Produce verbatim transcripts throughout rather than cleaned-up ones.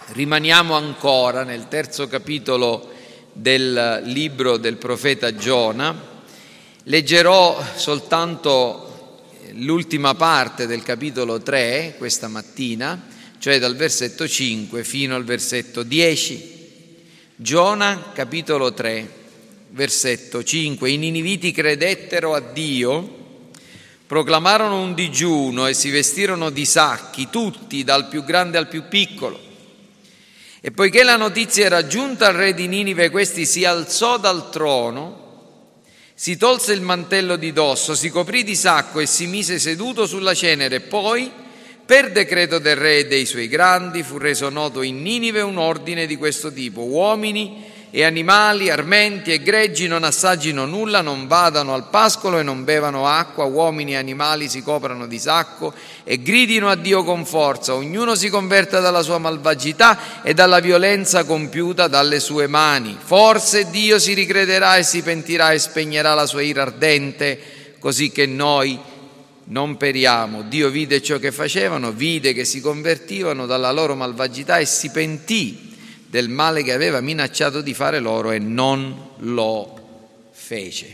rimaniamo ancora nel terzo capitolo del libro del profeta Giona. Leggerò soltanto l'ultima parte del capitolo tre questa mattina, cioè dal versetto cinque fino al versetto dieci. Giona, capitolo tre, versetto cinque. I niniviti credettero a Dio, proclamarono un digiuno e si vestirono di sacchi, tutti, dal più grande al più piccolo. E poiché la notizia era giunta al re di Ninive, questi si alzò dal trono, si tolse il mantello di dosso, si coprì di sacco e si mise seduto sulla cenere. Poi, per decreto del re e dei suoi grandi, fu reso noto in Ninive un ordine di questo tipo: uomini e animali, armenti e greggi non assaggino nulla, non vadano al pascolo e non bevano acqua, uomini e animali si coprano di sacco e gridino a Dio con forza, ognuno si converta dalla sua malvagità e dalla violenza compiuta dalle sue mani. Forse Dio si ricrederà e si pentirà e spegnerà la sua ira ardente, così che noi non periamo. Dio vide ciò che facevano, vide che si convertivano dalla loro malvagità e si pentì del male che aveva minacciato di fare loro e non lo fece.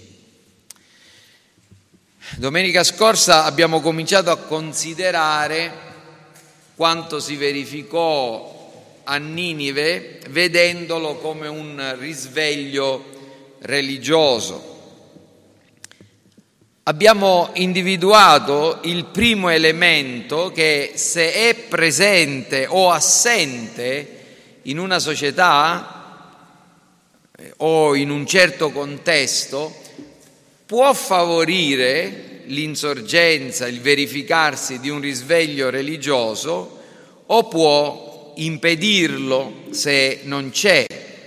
Domenica scorsa abbiamo cominciato a considerare quanto si verificò a Ninive, vedendolo come un risveglio religioso. Abbiamo individuato il primo elemento che, se è presente o assente in una società o in un certo contesto, può favorire l'insorgenza, il verificarsi di un risveglio religioso, o può impedirlo se non c'è.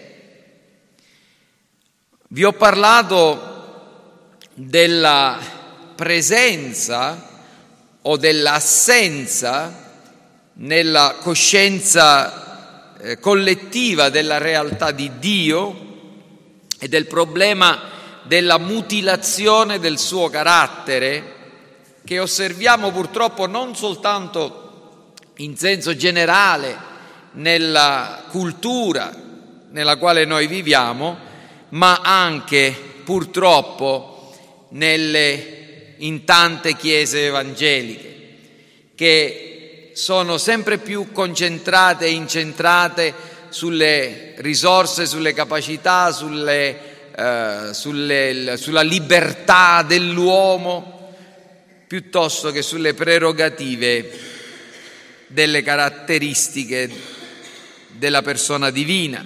Vi ho parlato della presenza o dell'assenza nella coscienza collettiva della realtà di Dio e del problema della mutilazione del suo carattere, che osserviamo purtroppo non soltanto in senso generale nella cultura nella quale noi viviamo, ma anche purtroppo nelle in tante chiese evangeliche, che sono sempre più concentrate e incentrate sulle risorse, sulle capacità, sulle, eh, sulle, sulla libertà dell'uomo, piuttosto che sulle prerogative delle caratteristiche della persona divina.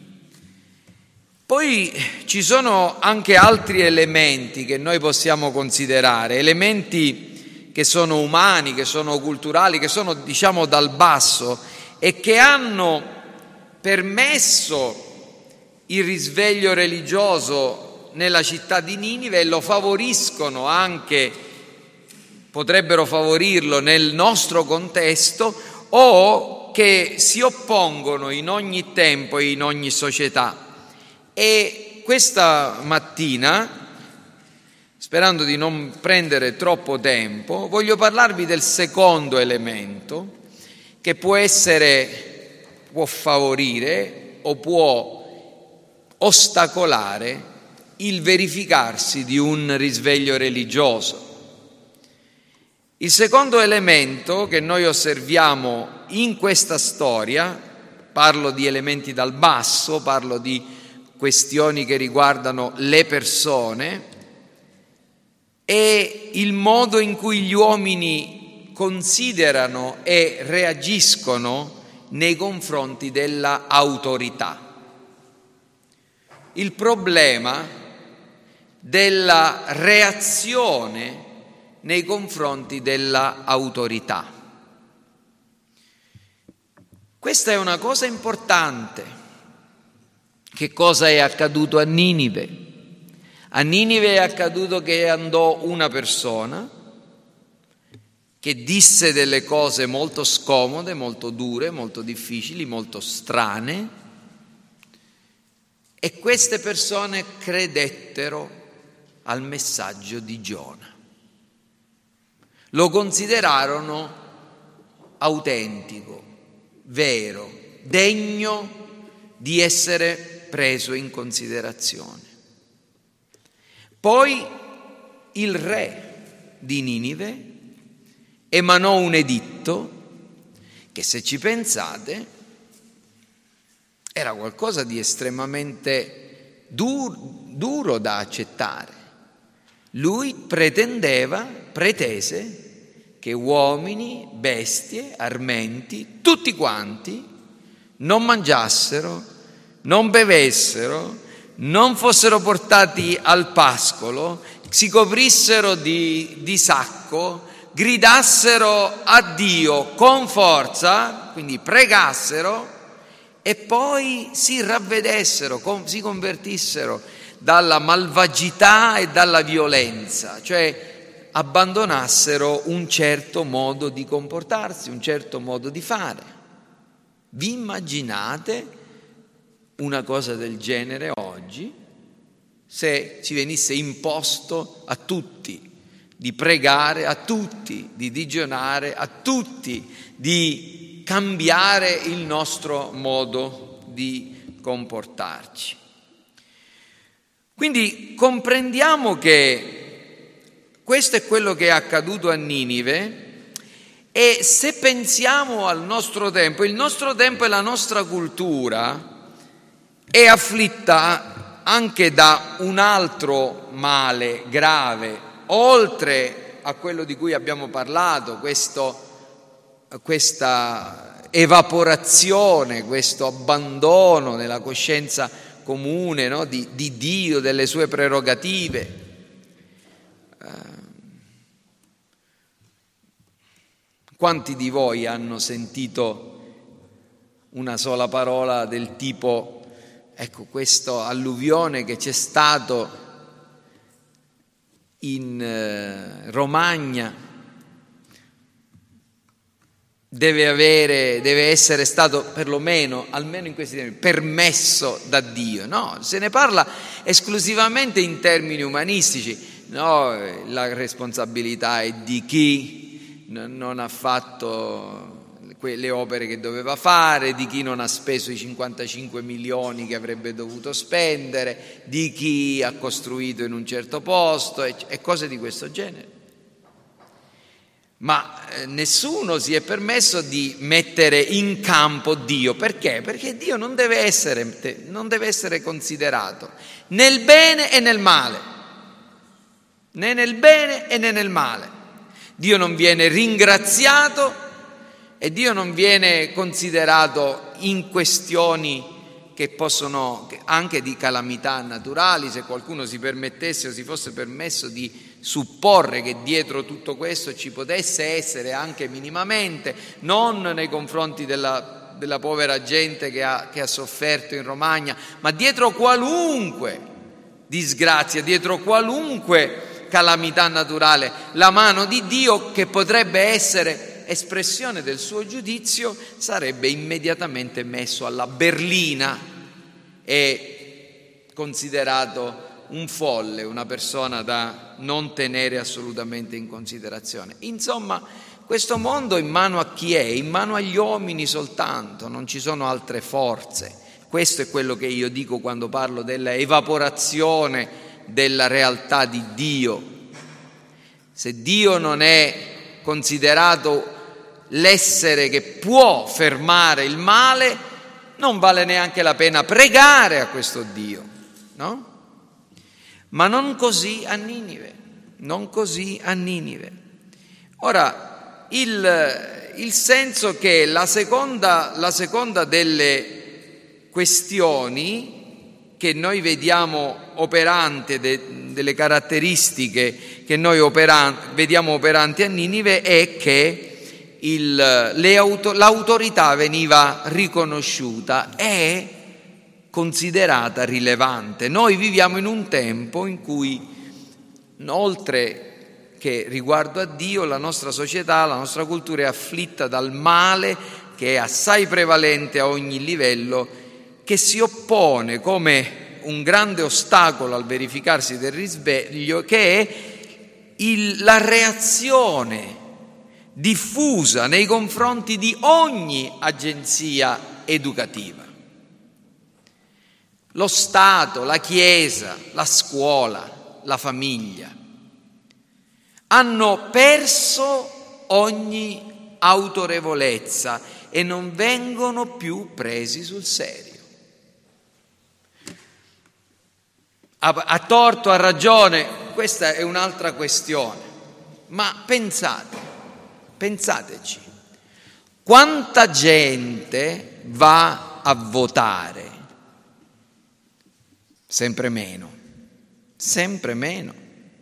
Poi ci sono anche altri elementi che noi possiamo considerare, elementi che sono umani, che sono culturali, che sono, diciamo, dal basso e che hanno permesso il risveglio religioso nella città di Ninive e lo favoriscono anche, potrebbero favorirlo nel nostro contesto, o che si oppongono in ogni tempo e in ogni società. E questa mattina, sperando di non prendere troppo tempo, voglio parlarvi del secondo elemento che può essere, può favorire o può ostacolare il verificarsi di un risveglio religioso. Il secondo elemento che noi osserviamo in questa storia, parlo di elementi dal basso, parlo di questioni che riguardano le persone, è il modo in cui gli uomini considerano e reagiscono nei confronti della autorità. Il problema della reazione nei confronti della autorità. Questa è una cosa importante. Che cosa è accaduto a Ninive? A Ninive è accaduto che andò una persona che disse delle cose molto scomode, molto dure, molto difficili, molto strane, e queste persone credettero al messaggio di Giona. Lo considerarono autentico, vero, degno di essere preso in considerazione. Poi il re di Ninive emanò un editto che, se ci pensate, era qualcosa di estremamente dur- duro da accettare. Lui pretendeva, pretese che uomini, bestie, armenti, tutti quanti non mangiassero, non bevessero, non fossero portati al pascolo, si coprissero di, di sacco, gridassero a Dio con forza, quindi pregassero, e poi si ravvedessero, si convertissero dalla malvagità e dalla violenza, cioè abbandonassero un certo modo di comportarsi, un certo modo di fare. Vi immaginate una cosa del genere oggi, se ci venisse imposto a tutti di pregare, a tutti di digiunare, a tutti di cambiare il nostro modo di comportarci? Quindi comprendiamo che questo è quello che è accaduto a Ninive, e se pensiamo al nostro tempo, il nostro tempo e la nostra cultura è afflitta anche da un altro male grave, oltre a quello di cui abbiamo parlato, questo, questa evaporazione, questo abbandono nella coscienza comune, no? di, di Dio, delle sue prerogative. Uh, quanti di voi hanno sentito una sola parola del tipo: ecco, questo alluvione che c'è stato in eh, Romagna deve avere, deve essere stato perlomeno, almeno in questi termini, permesso da Dio? No, se ne parla esclusivamente in termini umanistici. No, la responsabilità è di chi non ha fatto le opere che doveva fare, di chi non ha speso i cinquantacinque milioni che avrebbe dovuto spendere, di chi ha costruito in un certo posto e, e cose di questo genere. Ma eh, nessuno si è permesso di mettere in campo Dio. Perché? Perché Dio non deve essere, non deve essere considerato nel bene e nel male, né nel bene e né nel male. Dio non viene ringraziato e Dio non viene considerato in questioni che possono, anche di calamità naturali. Se qualcuno si permettesse o si fosse permesso di supporre che dietro tutto questo ci potesse essere anche minimamente, non nei confronti della, della povera gente che ha, che ha sofferto in Romagna, ma dietro qualunque disgrazia, dietro qualunque calamità naturale, la mano di Dio, che potrebbe essere espressione del suo giudizio, sarebbe immediatamente messo alla berlina e considerato un folle, una persona da non tenere assolutamente in considerazione. Insomma, questo mondo in mano a chi è? In mano agli uomini soltanto, non ci sono altre forze. Questo è quello che io dico quando parlo della evaporazione della realtà di Dio. Se Dio non è considerato l'essere che può fermare il male, non vale neanche la pena pregare a questo Dio, no? Ma non così a Ninive, non così a Ninive. Ora, il, il senso che la seconda, la seconda delle questioni che noi vediamo operante, de, delle caratteristiche che noi operan, vediamo operanti a Ninive, è che il, le auto, l'autorità veniva riconosciuta e considerata rilevante. Noi viviamo in un tempo in cui, oltre che riguardo a Dio, la nostra società, la nostra cultura è afflitta dal male che è assai prevalente a ogni livello, che si oppone come un grande ostacolo al verificarsi del risveglio, che è il, la reazione diffusa nei confronti di ogni agenzia educativa. Lo Stato, la Chiesa, la scuola, la famiglia hanno perso ogni autorevolezza e non vengono più presi sul serio. A, a torto, a ragione, questa è un'altra questione, ma pensate, pensateci, quanta gente va a votare? Sempre meno, sempre meno.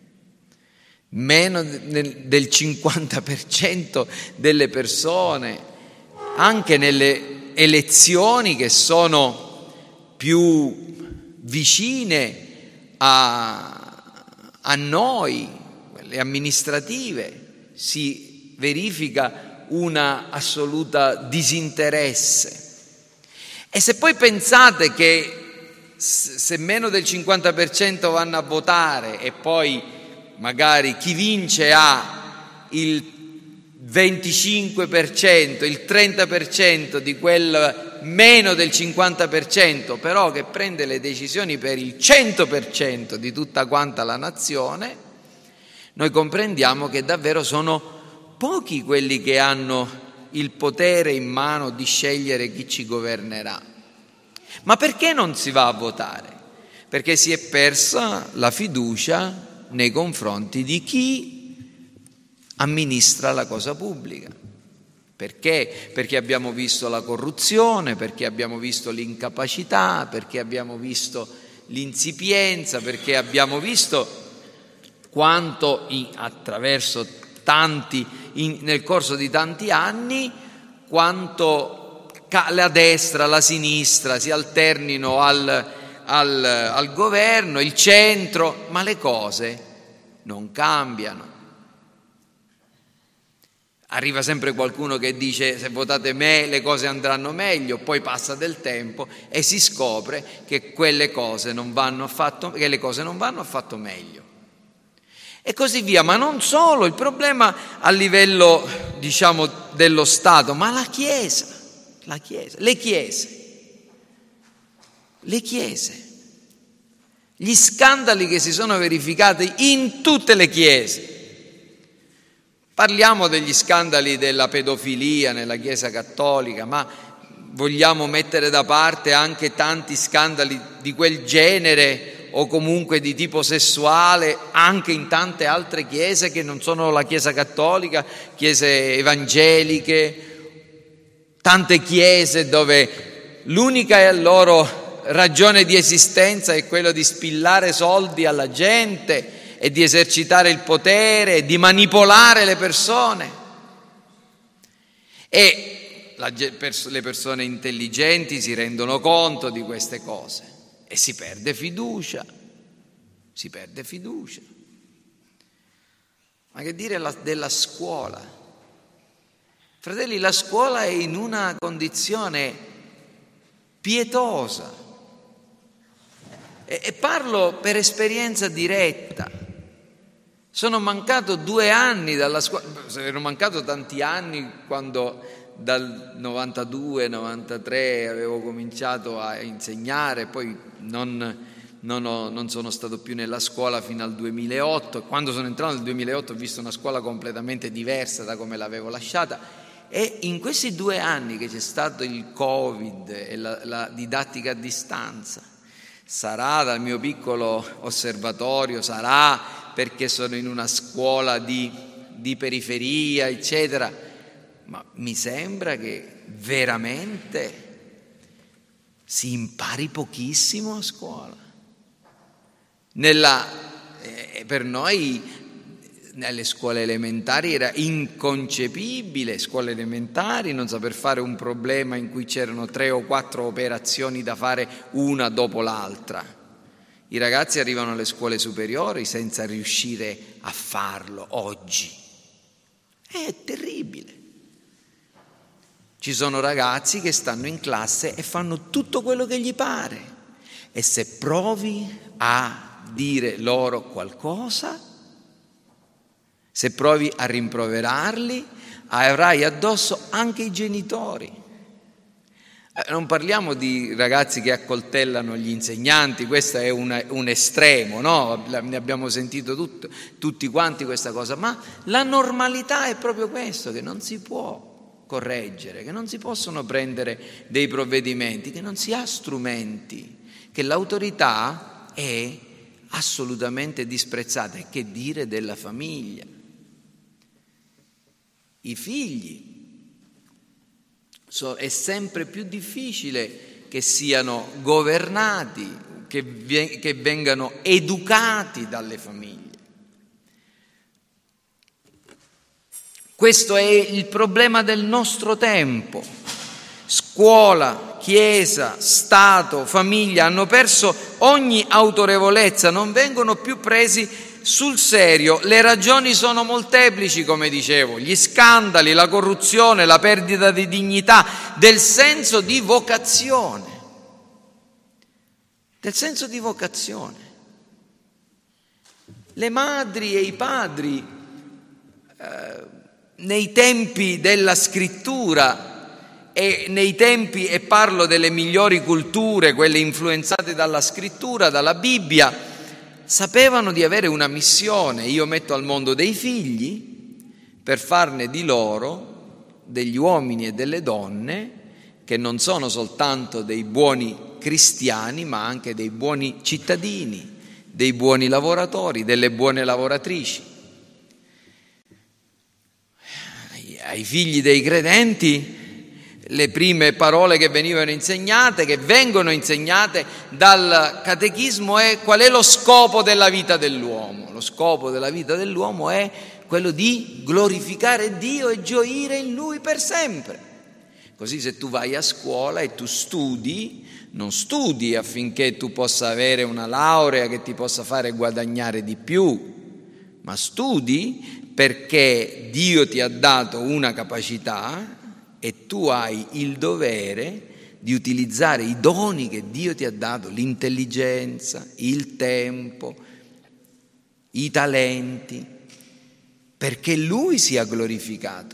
Meno del cinquanta per cento delle persone, anche nelle elezioni che sono più vicine a, a noi, le amministrative, si verifica una assoluta disinteresse. E se poi pensate che se meno del cinquanta per cento vanno a votare e poi magari chi vince ha il venticinque per cento, il trenta per cento di quel meno del cinquanta per cento, però che prende le decisioni per il cento per cento di tutta quanta la nazione, noi comprendiamo che davvero sono pochi quelli che hanno il potere in mano di scegliere chi ci governerà. Ma perché non si va a votare? Perché si è persa la fiducia nei confronti di chi amministra la cosa pubblica. Perché? Perché abbiamo visto la corruzione, perché abbiamo visto l'incapacità, perché abbiamo visto l'insipienza, perché abbiamo visto quanto in, attraverso tanti, in, nel corso di tanti anni, quanto la destra, la sinistra si alternino al Al, al governo, il centro, ma le cose non cambiano. Arriva sempre qualcuno che dice se votate me le cose andranno meglio, poi passa del tempo e si scopre che quelle cose non vanno affatto, che le cose non vanno affatto meglio. E così via, ma non solo, il problema a livello, diciamo, dello Stato, ma la Chiesa, la Chiesa, le chiese. Le chiese, gli scandali che si sono verificati in tutte le chiese. Parliamo degli scandali della pedofilia nella Chiesa cattolica, ma vogliamo mettere da parte anche tanti scandali di quel genere o comunque di tipo sessuale anche in tante altre chiese che non sono la Chiesa cattolica, chiese evangeliche, tante chiese dove l'unica loro ragione di esistenza è quello di spillare soldi alla gente e di esercitare il potere e di manipolare le persone. E la, le persone intelligenti si rendono conto di queste cose e si perde fiducia, si perde fiducia. Ma che dire la, della scuola? Fratelli, la scuola è in una condizione pietosa. E parlo per esperienza diretta. Sono mancato due anni dalla scuola, ero mancato tanti anni quando dal novantadue novantatré avevo cominciato a insegnare, poi non, non, ho, non sono stato più nella scuola fino al duemilaotto. Quando sono entrato nel duemilaotto ho visto una scuola completamente diversa da come l'avevo lasciata. E in questi due anni che c'è stato il Covid e la, la didattica a distanza, sarà dal mio piccolo osservatorio, sarà perché sono in una scuola di, di periferia, eccetera, ma mi sembra che veramente si impari pochissimo a scuola. Nella, eh, per noi nelle scuole elementari era inconcepibile, scuole elementari, non saper fare un problema in cui c'erano tre o quattro operazioni da fare una dopo l'altra. I ragazzi arrivano alle scuole superiori senza riuscire a farlo oggi. È terribile. Ci sono ragazzi che stanno in classe e fanno tutto quello che gli pare e se provi a dire loro qualcosa, se provi a rimproverarli, avrai addosso anche i genitori. Non parliamo di ragazzi che accoltellano gli insegnanti, questo è una, un estremo, no? Ne abbiamo sentito tutto, tutti quanti questa cosa, ma la normalità è proprio questo, che non si può correggere, che non si possono prendere dei provvedimenti, che non si ha strumenti, che l'autorità è assolutamente disprezzata. E che dire della famiglia? I figli. So, è sempre più difficile che siano governati, che, vi- che vengano educati dalle famiglie. Questo è il problema del nostro tempo. Scuola, Chiesa, Stato, famiglia hanno perso ogni autorevolezza, non vengono più presi sul serio. Le ragioni sono molteplici, come dicevo: gli scandali, la corruzione, la perdita di dignità, del senso di vocazione. Del senso di vocazione. Le madri e i padri, eh, nei tempi della scrittura e nei tempi, e parlo delle migliori culture, quelle influenzate dalla scrittura, dalla Bibbia, sapevano di avere una missione. Io metto al mondo dei figli per farne di loro degli uomini e delle donne che non sono soltanto dei buoni cristiani, ma anche dei buoni cittadini, dei buoni lavoratori, delle buone lavoratrici. Ai figli dei credenti le prime parole che venivano insegnate, che vengono insegnate dal catechismo, è: qual è lo scopo della vita dell'uomo? Lo scopo della vita dell'uomo è quello di glorificare Dio e gioire in Lui per sempre. Così, se tu vai a scuola e tu studi, non studi affinché tu possa avere una laurea che ti possa fare guadagnare di più, ma studi perché Dio ti ha dato una capacità e tu hai il dovere di utilizzare i doni che Dio ti ha dato, l'intelligenza, il tempo, i talenti, perché Lui sia glorificato.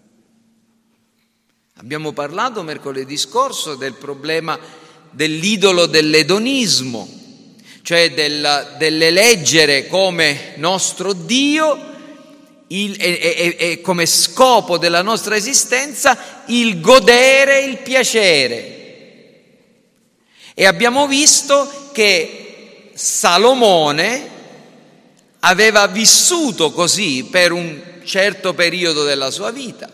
Abbiamo parlato mercoledì scorso del problema dell'idolo dell'edonismo, cioè del, dell'eleggere come nostro Dio il, e, e, e come scopo della nostra esistenza il godere, il piacere. E abbiamo visto che Salomone aveva vissuto così per un certo periodo della sua vita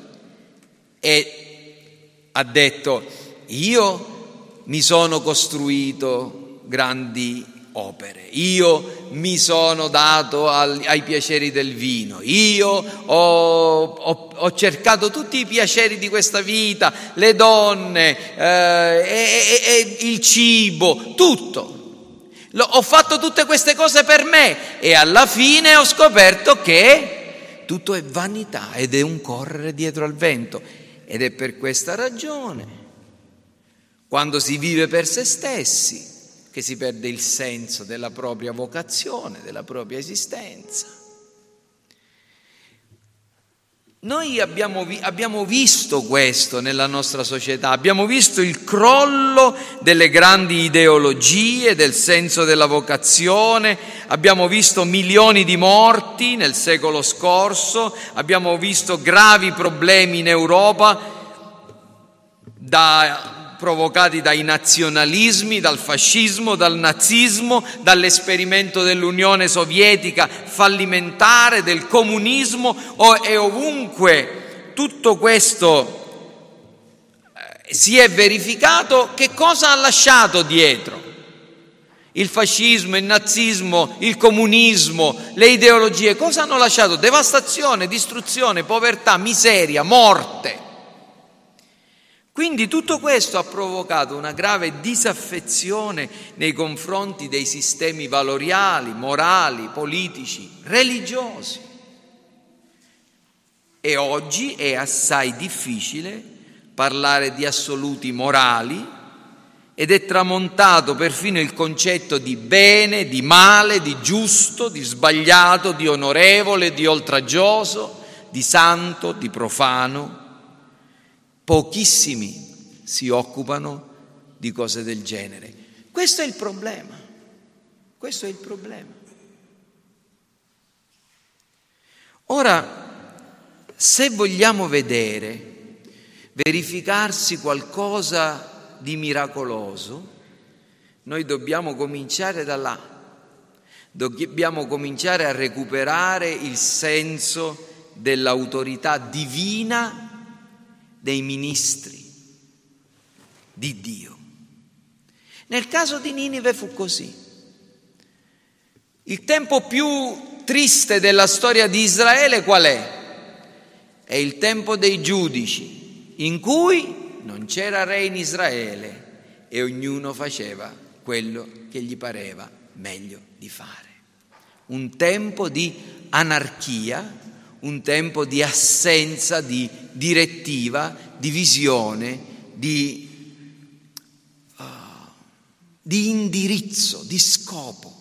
e ha detto: io mi sono costruito grandi opere, io mi sono dato al, ai piaceri del vino, io ho, ho, ho cercato tutti i piaceri di questa vita, le donne, eh, e, e, e il cibo, tutto. L- ho fatto tutte queste cose per me e alla fine ho scoperto che tutto è vanità ed è un correre dietro al vento. Ed è per questa ragione, quando si vive per se stessi, che si perde il senso della propria vocazione, della propria esistenza. Noi abbiamo, vi- abbiamo visto questo nella nostra società, abbiamo visto il crollo delle grandi ideologie, del senso della vocazione, abbiamo visto milioni di morti nel secolo scorso, abbiamo visto gravi problemi in Europa da... provocati dai nazionalismi, dal fascismo, dal nazismo, dall'esperimento dell'Unione Sovietica fallimentare, del comunismo, e ovunque tutto questo si è verificato, che cosa ha lasciato dietro? Il fascismo, il nazismo, il comunismo, le ideologie, cosa hanno lasciato? Devastazione, distruzione, povertà, miseria, morte. Quindi tutto questo ha provocato una grave disaffezione nei confronti dei sistemi valoriali, morali, politici, religiosi. E oggi è assai difficile parlare di assoluti morali ed è tramontato perfino il concetto di bene, di male, di giusto, di sbagliato, di onorevole, di oltraggioso, di santo, di profano. Pochissimi si occupano di cose del genere. Questo è il problema. Questo è il problema. Ora, se vogliamo vedere verificarsi qualcosa di miracoloso, noi dobbiamo cominciare da là. Dobbiamo cominciare a recuperare il senso dell'autorità divina dei ministri di Dio. Nel caso di Ninive fu così. Il tempo più triste della storia di Israele qual è? È il tempo dei giudici, in cui non c'era re in Israele e ognuno faceva quello che gli pareva meglio di fare. Un tempo di anarchia, un tempo di assenza di direttiva, di visione, di, uh, di indirizzo, di scopo.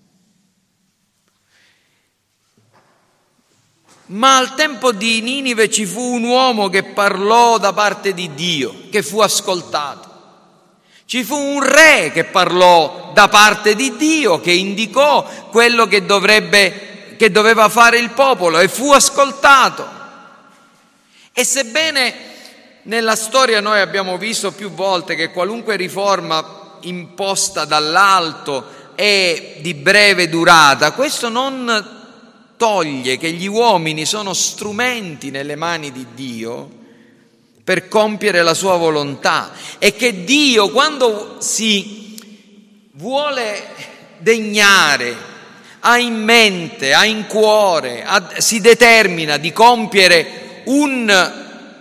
Ma al tempo di Ninive ci fu un uomo che parlò da parte di Dio, che fu ascoltato. Ci fu un re che parlò da parte di Dio, che indicò quello che dovrebbe, che doveva fare il popolo e fu ascoltato. E sebbene nella storia noi abbiamo visto più volte che qualunque riforma imposta dall'alto è di breve durata, questo non toglie che gli uomini sono strumenti nelle mani di Dio per compiere la sua volontà, e che Dio, quando si vuole degnare, ha in mente, ha in cuore, ha, si determina di compiere un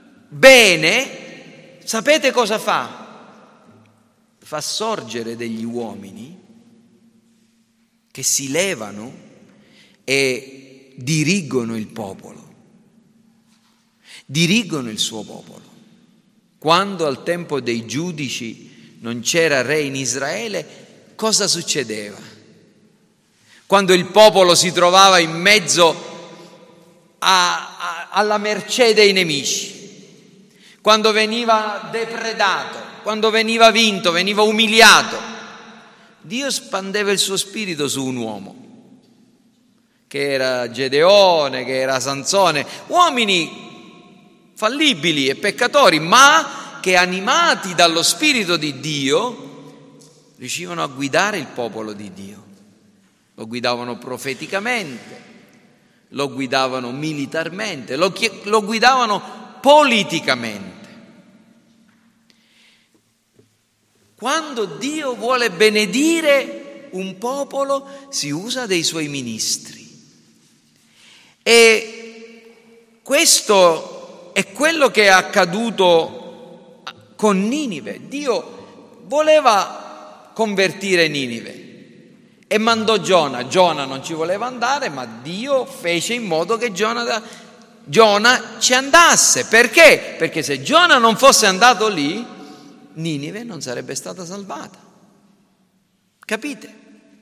bene, sapete cosa fa? Fa sorgere degli uomini che si levano e dirigono il popolo. Dirigono il suo popolo. Quando al tempo dei giudici non c'era re in Israele, cosa succedeva? Quando il popolo si trovava in mezzo a, a, alla mercé dei nemici, quando veniva depredato, quando veniva vinto, veniva umiliato, Dio spandeva il suo spirito su un uomo, che era Gedeone, che era Sansone, uomini fallibili e peccatori, ma che animati dallo Spirito di Dio riuscivano a guidare il popolo di Dio. Lo guidavano profeticamente, lo guidavano militarmente, lo, lo guidavano politicamente. Quando Dio vuole benedire un popolo, si usa dei suoi ministri. E questo è quello che è accaduto con Ninive. Dio voleva convertire Ninive e mandò Giona. Giona non ci voleva andare, ma Dio fece in modo che Giona, Giona ci andasse. Perché? Perché se Giona non fosse andato lì, Ninive non sarebbe stata salvata. Capite?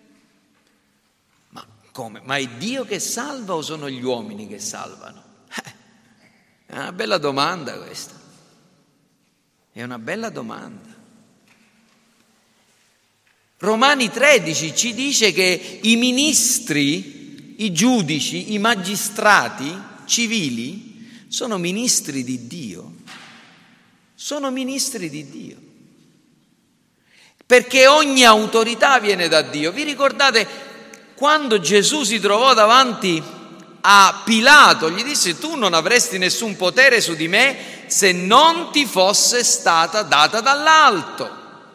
Ma come? Ma è Dio che salva o sono gli uomini che salvano? Eh. È una bella domanda questa, è una bella domanda. Romani tredici ci dice che i ministri, i giudici, i magistrati civili sono ministri di Dio, sono ministri di Dio, perché ogni autorità viene da Dio. Vi ricordate quando Gesù si trovò davanti a Pilato, gli disse: tu non avresti nessun potere su di me se non ti fosse stata data dall'alto.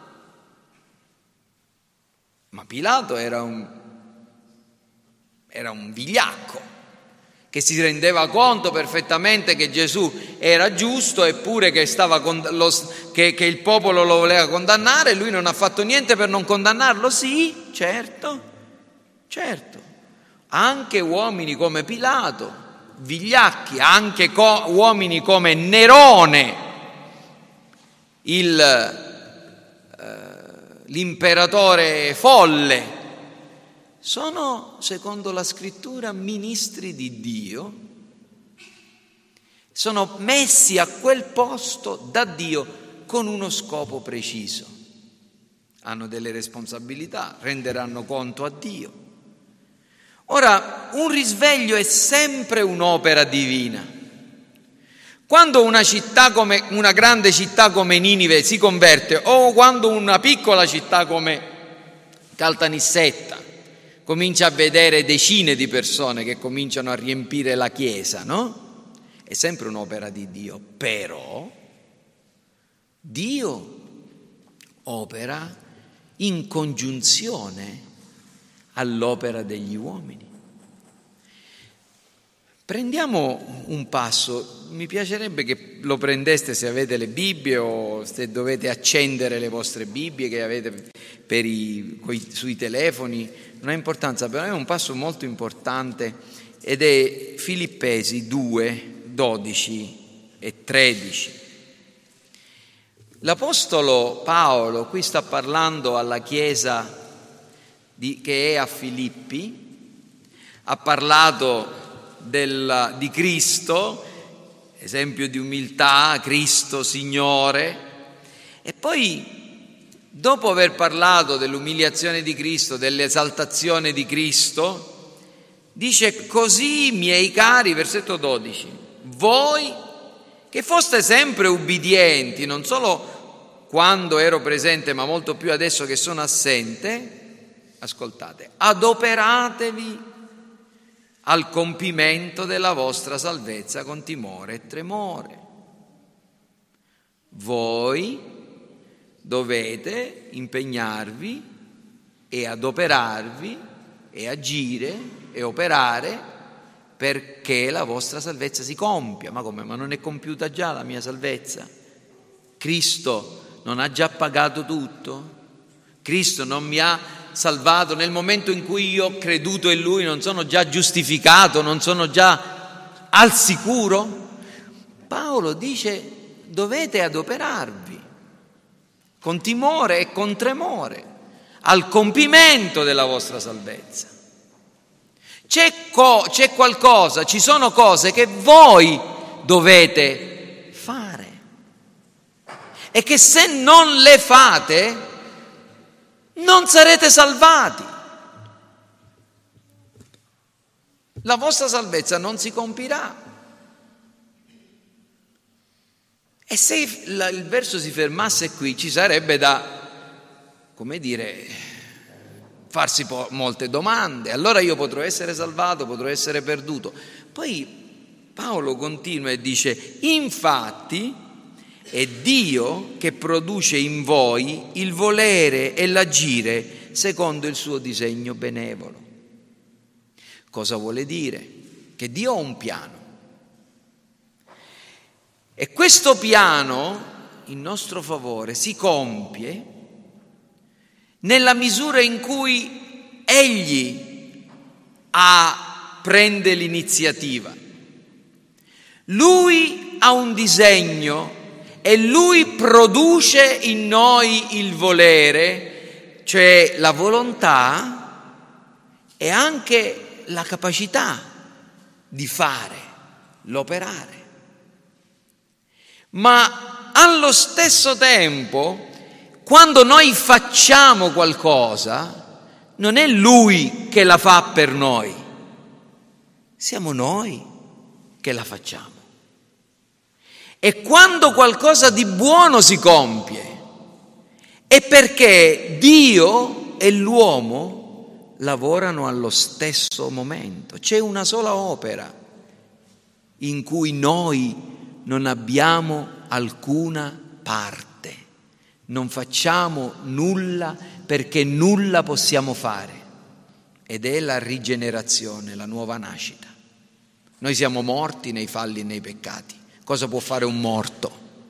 Ma Pilato era un, era un vigliacco che si rendeva conto perfettamente che Gesù era giusto, eppure che, stava con, lo, che, che il popolo lo voleva condannare, e lui non ha fatto niente per non condannarlo. Sì, certo, certo. Anche uomini come Pilato, vigliacchi, anche co- uomini come Nerone, il, eh, l'imperatore folle, sono, secondo la scrittura, ministri di Dio, sono messi a quel posto da Dio con uno scopo preciso. Hanno delle responsabilità, renderanno conto a Dio. Ora, un risveglio è sempre un'opera divina. Quando una città come, una grande città come Ninive si converte, o quando una piccola città come Caltanissetta comincia a vedere decine di persone che cominciano a riempire la chiesa, no? È sempre un'opera di Dio, però Dio opera in congiunzione all'opera degli uomini. Prendiamo un passo, mi piacerebbe che lo prendeste se avete le Bibbie o se dovete accendere le vostre Bibbie che avete per i, coi, sui telefoni, non ha importanza, però è un passo molto importante ed è Filippesi due, dodici e tredici. L'Apostolo Paolo qui sta parlando alla Chiesa di, che è a Filippi, ha parlato del, di Cristo, esempio di umiltà, Cristo Signore, e poi dopo aver parlato dell'umiliazione di Cristo, dell'esaltazione di Cristo, dice: così, miei cari, versetto dodici, voi che foste sempre ubbidienti, non solo quando ero presente, ma molto più adesso che sono assente, ascoltate, adoperatevi al compimento della vostra salvezza con timore e tremore. Voi dovete impegnarvi e adoperarvi e agire e operare perché la vostra salvezza si compia. Ma come? Ma non è compiuta già la mia salvezza? Cristo non ha già pagato tutto? Cristo non mi ha salvato nel momento in cui io ho creduto in Lui? Non sono già giustificato? Non sono già al sicuro? Paolo dice: dovete adoperarvi con timore e con tremore al compimento della vostra salvezza. C'è, co- c'è qualcosa, ci sono cose che voi dovete fare e che se non le fate non sarete salvati. La vostra salvezza non si compirà. E se il, il verso si fermasse qui, ci sarebbe da, come dire, farsi po- molte domande. Allora io potrò essere salvato, potrò essere perduto. Poi Paolo continua e dice: infatti è Dio che produce in voi il volere e l'agire secondo il suo disegno benevolo. Cosa vuole dire? Che Dio ha un piano. E questo piano, in nostro favore, si compie nella misura in cui Egli ha, prende l'iniziativa. Lui ha un disegno e Lui produce in noi il volere, cioè la volontà e anche la capacità di fare, l'operare. Ma allo stesso tempo, quando noi facciamo qualcosa, non è Lui che la fa per noi, siamo noi che la facciamo. E quando qualcosa di buono si compie, è perché Dio e l'uomo lavorano allo stesso momento. C'è una sola opera in cui noi non abbiamo alcuna parte, non facciamo nulla perché nulla possiamo fare, ed è la rigenerazione, la nuova nascita. Noi siamo morti nei falli e nei peccati. Cosa può fare un morto?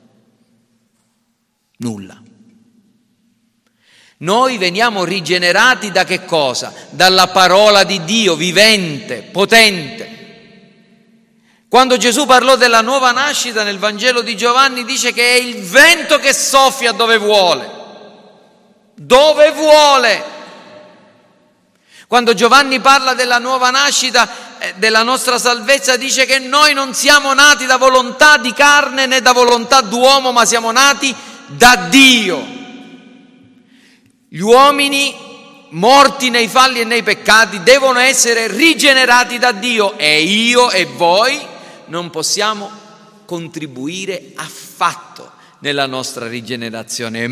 Nulla. Noi veniamo rigenerati da che cosa? Dalla parola di Dio vivente, potente. Quando Gesù parlò della nuova nascita nel Vangelo di Giovanni, dice che è il vento che soffia dove vuole. Dove vuole. Quando Giovanni parla della nuova nascita, della nostra salvezza, dice che noi non siamo nati da volontà di carne né da volontà d'uomo, ma siamo nati da Dio. Gli uomini morti nei falli e nei peccati devono essere rigenerati da Dio e io e voi non possiamo contribuire affatto nella nostra rigenerazione,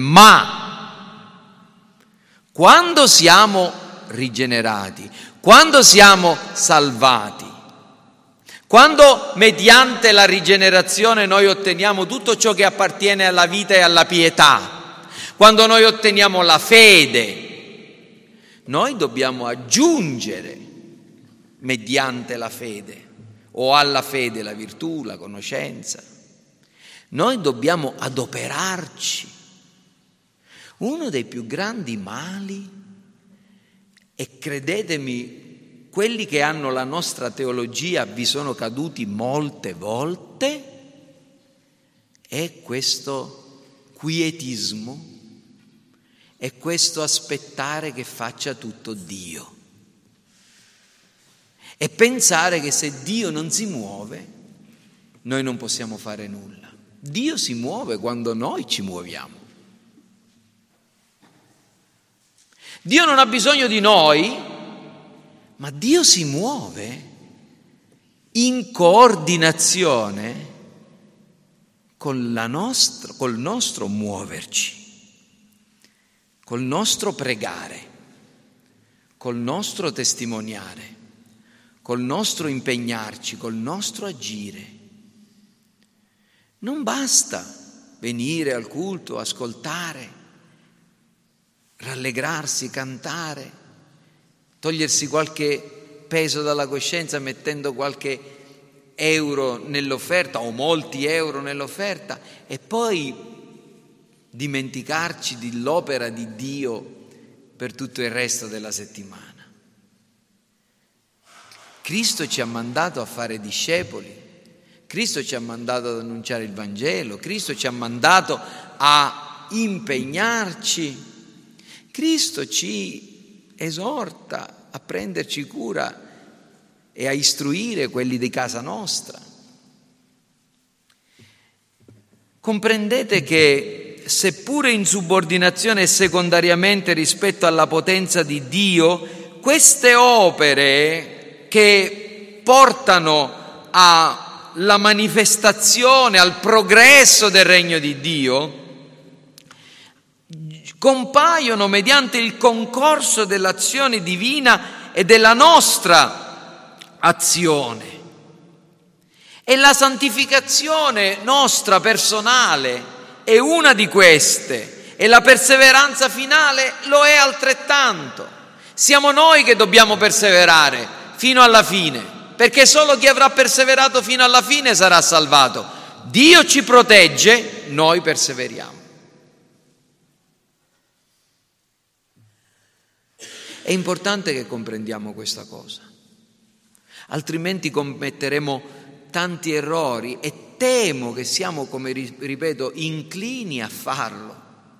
ma quando siamo rigenerati, quando siamo salvati, quando mediante la rigenerazione noi otteniamo tutto ciò che appartiene alla vita e alla pietà, quando noi otteniamo la fede, noi dobbiamo aggiungere mediante la fede o alla fede la virtù, la conoscenza. Noi dobbiamo adoperarci. Uno dei più grandi mali, e credetemi, quelli che hanno la nostra teologia vi sono caduti molte volte, è questo quietismo, è questo aspettare che faccia tutto Dio e pensare che se Dio non si muove noi non possiamo fare nulla. Dio si muove quando noi ci muoviamo. Dio non ha bisogno di noi, ma Dio si muove in coordinazione con la nostra, col nostro muoverci, col nostro pregare, col nostro testimoniare, col nostro impegnarci, col nostro agire. Non basta venire al culto, ascoltare, rallegrarsi, cantare, togliersi qualche peso dalla coscienza mettendo qualche euro nell'offerta o molti euro nell'offerta e poi dimenticarci dell'opera di Dio per tutto il resto della settimana. Cristo ci ha mandato a fare discepoli, Cristo ci ha mandato ad annunciare il Vangelo, Cristo ci ha mandato a impegnarci, Cristo ci esorta a prenderci cura e a istruire quelli di casa nostra. Comprendete che, seppure in subordinazione e secondariamente rispetto alla potenza di Dio, queste opere che portano alla manifestazione, al progresso del regno di Dio, compaiono mediante il concorso dell'azione divina e della nostra azione. E la santificazione nostra personale è una di queste e la perseveranza finale lo è altrettanto. Siamo noi che dobbiamo perseverare fino alla fine, perché solo chi avrà perseverato fino alla fine sarà salvato. Dio ci protegge, noi perseveriamo. È importante che comprendiamo questa cosa, altrimenti commetteremo tanti errori e temo che siamo, come ripeto, inclini a farlo.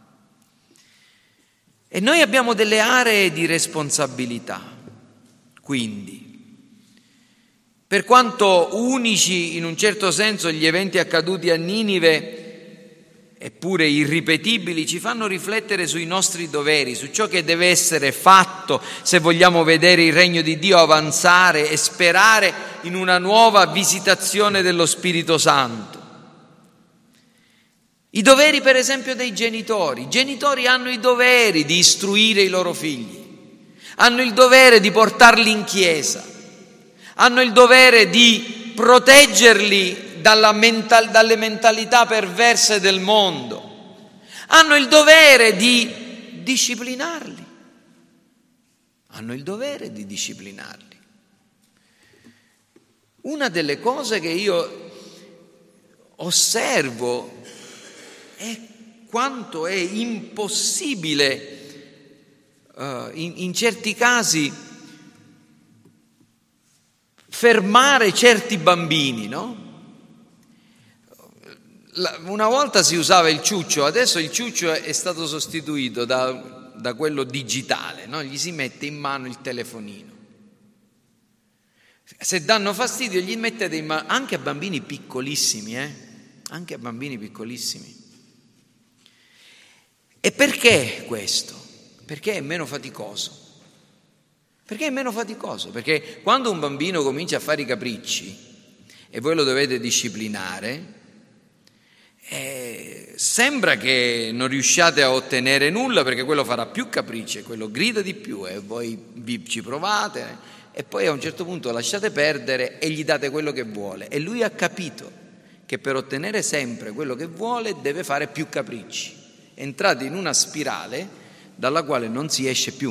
E noi abbiamo delle aree di responsabilità, quindi, per quanto unici in un certo senso gli eventi accaduti a Ninive, eppure irripetibili, ci fanno riflettere sui nostri doveri, su ciò che deve essere fatto se vogliamo vedere il regno di Dio avanzare e sperare in una nuova visitazione dello Spirito Santo. I doveri, per esempio, dei genitori. I genitori hanno i doveri di istruire i loro figli, hanno il dovere di portarli in chiesa, hanno il dovere di proteggerli dalla mental- dalle mentalità perverse del mondo, hanno il dovere di disciplinarli, hanno il dovere di disciplinarli. Una delle cose che io osservo è quanto è impossibile uh, in, in certi casi fermare certi bambini, no? Una volta si usava il ciuccio, adesso il ciuccio è stato sostituito da, da quello digitale, no? Gli si mette in mano il telefonino. Se danno fastidio gli mettete in mano, anche a bambini piccolissimi, eh? Anche a bambini piccolissimi. E perché questo? Perché è meno faticoso. Perché è meno faticoso? Perché quando un bambino comincia a fare i capricci e voi lo dovete disciplinare, eh, sembra che non riusciate a ottenere nulla, perché quello farà più capricci e quello grida di più e voi vi ci provate e poi a un certo punto lasciate perdere e gli date quello che vuole. E lui ha capito che per ottenere sempre quello che vuole deve fare più capricci. Entrate in una spirale dalla quale non si esce più.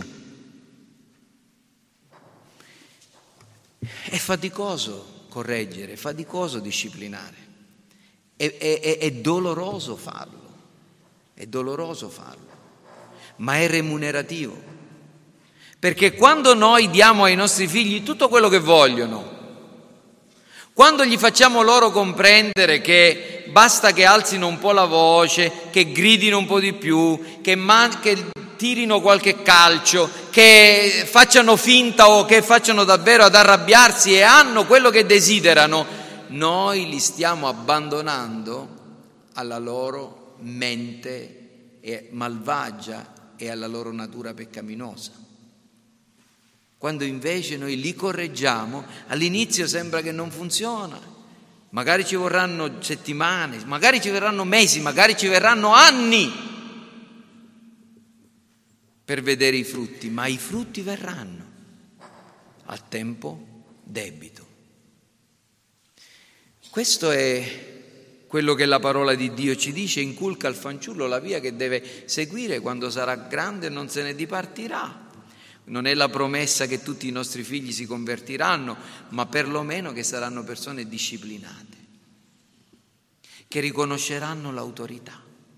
È faticoso correggere, è faticoso disciplinare, è, è, è doloroso farlo, è doloroso farlo, ma è remunerativo, perché quando noi diamo ai nostri figli tutto quello che vogliono, quando gli facciamo loro comprendere che basta che alzino un po' la voce, che gridino un po' di più, che, man- che tirino qualche calcio, che facciano finta o che facciano davvero ad arrabbiarsi e hanno quello che desiderano, noi li stiamo abbandonando alla loro mente malvagia e alla loro natura peccaminosa. Quando invece noi li correggiamo, all'inizio sembra che non funziona, magari ci vorranno settimane, magari ci verranno mesi, magari ci verranno anni per vedere i frutti, ma i frutti verranno a tempo debito. Questo è quello che la parola di Dio ci dice: inculca al fanciullo la via che deve seguire, quando sarà grande non se ne dipartirà. Non è la promessa che tutti i nostri figli si convertiranno, ma perlomeno che saranno persone disciplinate, che riconosceranno l'autorità.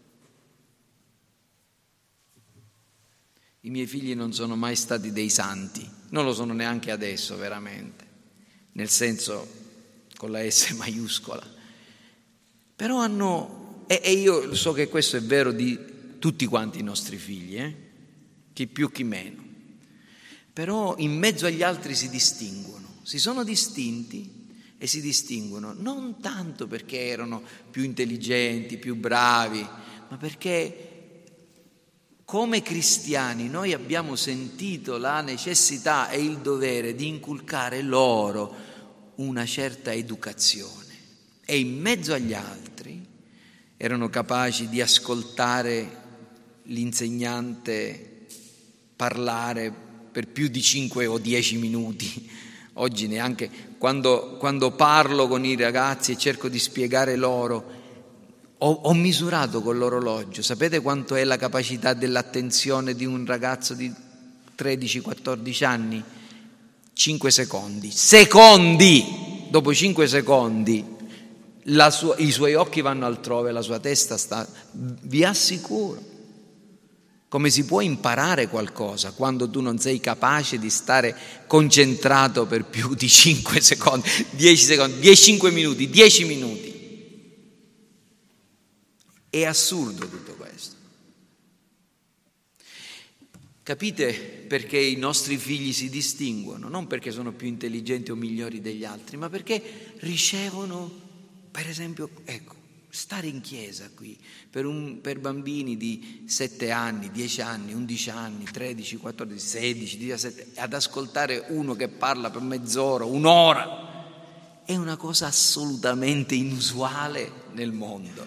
I miei figli non sono mai stati dei santi, non lo sono neanche adesso veramente, nel senso con la S maiuscola, però hanno, e, e io so che questo è vero di tutti quanti i nostri figli, eh? Chi più chi meno, però in mezzo agli altri si distinguono, si sono distinti e si distinguono non tanto perché erano più intelligenti, più bravi, ma perché come cristiani noi abbiamo sentito la necessità e il dovere di inculcare loro una certa educazione, e in mezzo agli altri erano capaci di ascoltare l'insegnante parlare per più di cinque o dieci minuti. Oggi neanche, quando, quando parlo con i ragazzi e cerco di spiegare loro, ho, ho misurato con l'orologio, sapete quanto è la capacità dell'attenzione di un ragazzo di tredici quattordici anni? cinque secondi. Secondi! Dopo cinque secondi la sua, i suoi occhi vanno altrove, la sua testa sta... Vi assicuro. Come si può imparare qualcosa quando tu non sei capace di stare concentrato per più di cinque secondi, dieci secondi, dieci, cinque minuti, dieci minuti? È assurdo tutto questo. Capite perché i nostri figli si distinguono? Non perché sono più intelligenti o migliori degli altri, ma perché ricevono, per esempio, ecco, stare in chiesa qui per, un, per bambini di sette anni, dieci anni, undici anni, tredici, quattordici, sedici, diciassette, ad ascoltare uno che parla per mezz'ora, un'ora, è una cosa assolutamente inusuale nel mondo,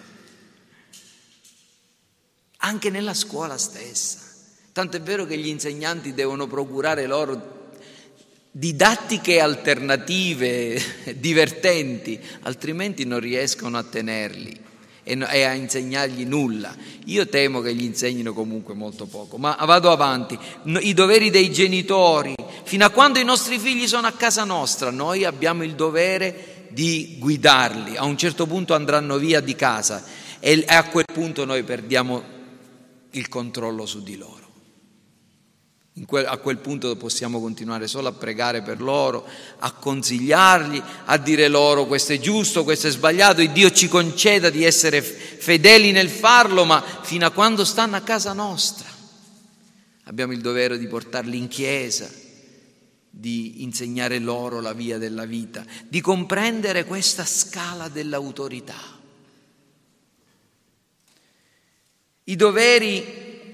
anche nella scuola stessa. Tanto è vero che gli insegnanti devono procurare loro didattiche alternative, divertenti, altrimenti non riescono a tenerli e a insegnargli nulla. Io temo che gli insegnino comunque molto poco, ma vado avanti. I doveri dei genitori, fino a quando i nostri figli sono a casa nostra, noi abbiamo il dovere di guidarli. A un certo punto andranno via di casa e a quel punto noi perdiamo il controllo su di loro. In quel, a quel punto possiamo continuare solo a pregare per loro, a consigliarli, a dire loro questo è giusto, questo è sbagliato, e Dio ci conceda di essere fedeli nel farlo, ma fino a quando stanno a casa nostra abbiamo il dovere di portarli in chiesa, di insegnare loro la via della vita, di comprendere questa scala dell'autorità. I doveri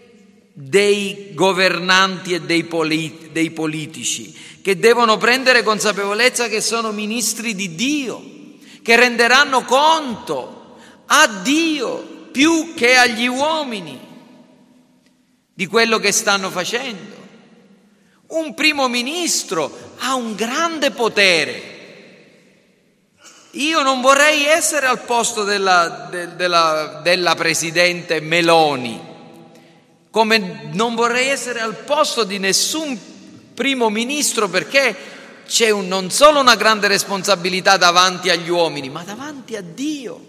dei governanti e dei, polit- dei politici, che devono prendere consapevolezza che sono ministri di Dio, che renderanno conto a Dio più che agli uomini di quello che stanno facendo. Un primo ministro ha un grande potere. Io non vorrei essere al posto della, de, della, della presidente Meloni, come non vorrei essere al posto di nessun primo ministro, perché c'è un, non solo una grande responsabilità davanti agli uomini, ma davanti a Dio.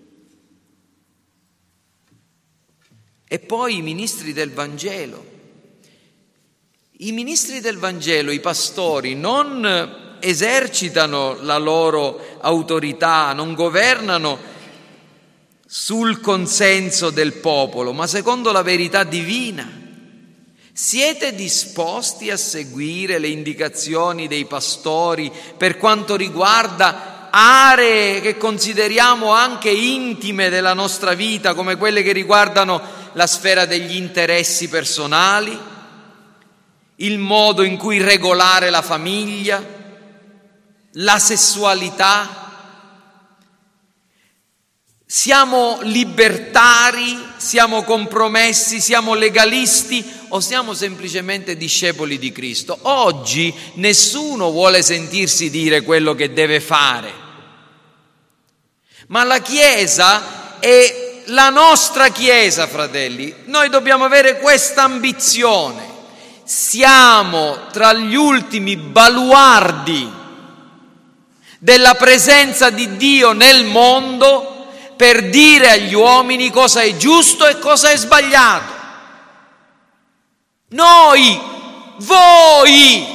E poi i ministri del Vangelo. I ministri del Vangelo, i pastori, non esercitano la loro autorità, non governano sul consenso del popolo, ma secondo la verità divina. Siete disposti a seguire le indicazioni dei pastori per quanto riguarda aree che consideriamo anche intime della nostra vita, come quelle che riguardano la sfera degli interessi personali, il modo in cui regolare la famiglia, la sessualità? Siamo libertari, siamo compromessi, siamo legalisti o siamo semplicemente discepoli di Cristo? Oggi nessuno vuole sentirsi dire quello che deve fare, ma la Chiesa è la nostra Chiesa, fratelli. Noi dobbiamo avere questa ambizione. Siamo tra gli ultimi baluardi della presenza di Dio nel mondo per dire agli uomini cosa è giusto e cosa è sbagliato. Noi, voi,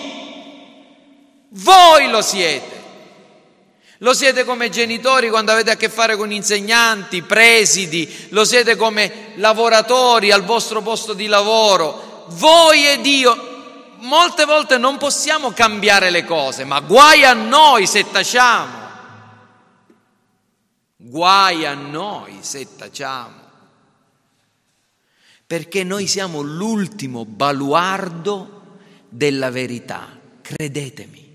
voi lo siete. Lo siete come genitori quando avete a che fare con insegnanti, presidi, lo siete come lavoratori al vostro posto di lavoro. Voi e Dio. Molte volte non possiamo cambiare le cose, ma guai a noi se tacciamo. Guai a noi se tacciamo. Perché noi siamo l'ultimo baluardo della verità, credetemi.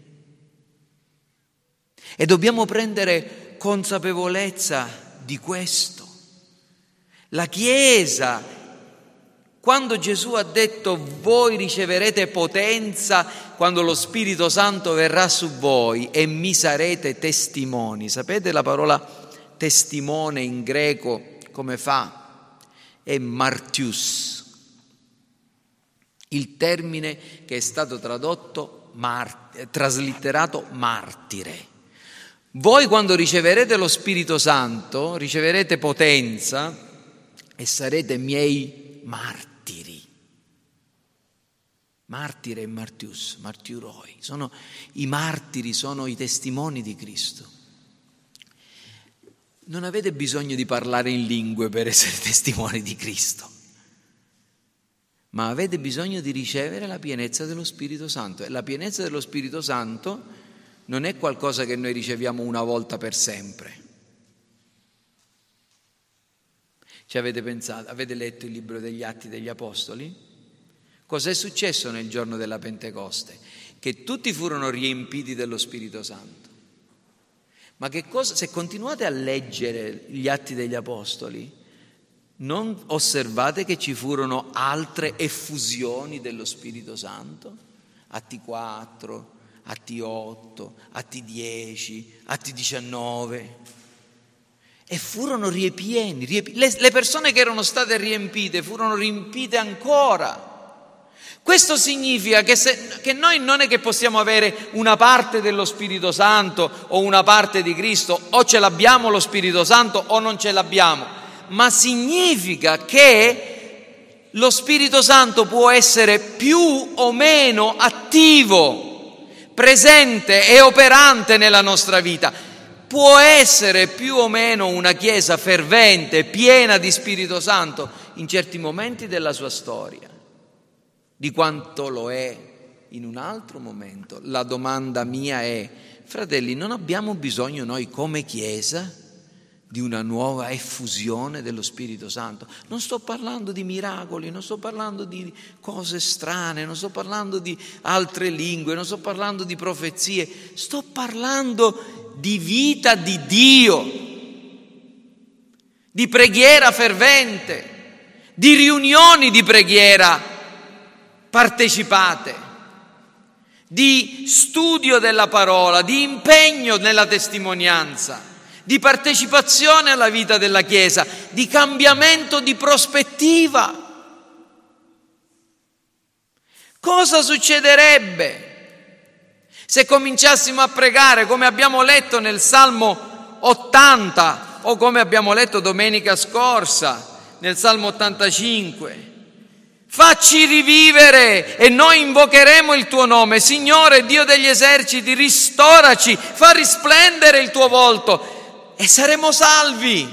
E dobbiamo prendere consapevolezza di questo. La Chiesa, quando Gesù ha detto voi riceverete potenza quando lo Spirito Santo verrà su voi e mi sarete testimoni. Sapete la parola testimone in greco come fa? È martius, il termine che è stato tradotto, mar- traslitterato martire. Voi quando riceverete lo Spirito Santo riceverete potenza e sarete miei martiri. Martire e martius, martiroi, sono i martiri, sono i testimoni di Cristo. Non avete bisogno di parlare in lingue per essere testimoni di Cristo, ma avete bisogno di ricevere la pienezza dello Spirito Santo. E la pienezza dello Spirito Santo non è qualcosa che noi riceviamo una volta per sempre. Ci avete pensato, avete letto il libro degli Atti degli Apostoli? Cos'è successo nel giorno della Pentecoste? Che tutti furono riempiti dello Spirito Santo. Ma che cosa, se continuate a leggere gli Atti degli Apostoli, non osservate che ci furono altre effusioni dello Spirito Santo? Atti quattro, Atti otto, Atti dieci, Atti diciannove. E furono ripieni, riempi, le, le persone che erano state riempite furono riempite ancora. Questo significa che, se, che noi non è che possiamo avere una parte dello Spirito Santo o una parte di Cristo, o ce l'abbiamo lo Spirito Santo o non ce l'abbiamo, ma significa che lo Spirito Santo può essere più o meno attivo, presente e operante nella nostra vita. Può essere più o meno una Chiesa fervente, piena di Spirito Santo in certi momenti della sua storia, di quanto lo è in un altro momento. La domanda mia è, fratelli, non abbiamo bisogno noi come Chiesa di una nuova effusione dello Spirito Santo. Non sto parlando di miracoli, non sto parlando di cose strane, non sto parlando di altre lingue, non sto parlando di profezie, sto parlando di vita di Dio, di preghiera fervente, di riunioni di preghiera partecipate, di studio della parola, di impegno nella testimonianza, di partecipazione alla vita della Chiesa, di cambiamento di prospettiva. Cosa succederebbe se cominciassimo a pregare come abbiamo letto nel Salmo ottanta o come abbiamo letto domenica scorsa nel Salmo ottantacinque? Facci rivivere e noi invocheremo il tuo nome. Signore Dio degli eserciti, ristoraci, fa risplendere il tuo volto e saremo salvi.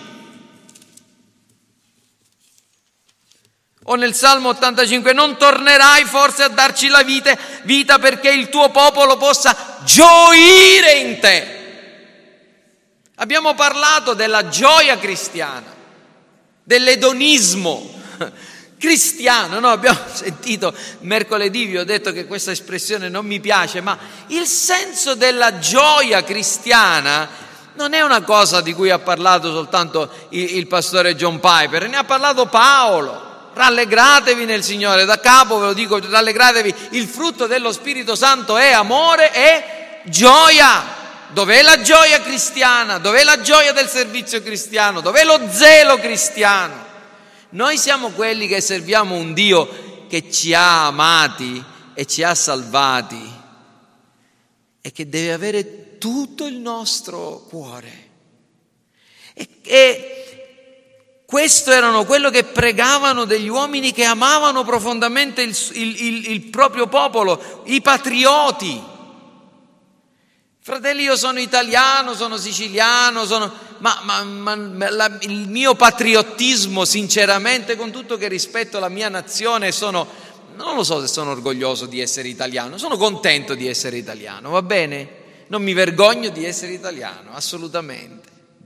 O nel Salmo ottantacinque, non tornerai forse a darci la vita, vita perché il tuo popolo possa gioire in te. Abbiamo parlato della gioia cristiana, dell'edonismo cristiano, no? Abbiamo sentito mercoledì, vi ho detto che questa espressione non mi piace, ma il senso della gioia cristiana non è una cosa di cui ha parlato soltanto il, il pastore John Piper, ne ha parlato Paolo. Rallegratevi nel Signore, da capo ve lo dico, rallegratevi, il frutto dello Spirito Santo è amore e gioia. Dov'è la gioia cristiana? Dov'è la gioia del servizio cristiano? Dov'è lo zelo cristiano? Noi siamo quelli che serviamo un Dio che ci ha amati e ci ha salvati e che deve avere tutto il nostro cuore. E, e questo erano quello che pregavano degli uomini che amavano profondamente il, il, il, il proprio popolo, i patrioti. Fratelli, io sono italiano, sono siciliano, sono, ma, ma, ma la, il mio patriottismo, sinceramente, con tutto che rispetto la mia nazione, sono, non lo so se sono orgoglioso di essere italiano, sono contento di essere italiano, va bene? Non mi vergogno di essere italiano, assolutamente.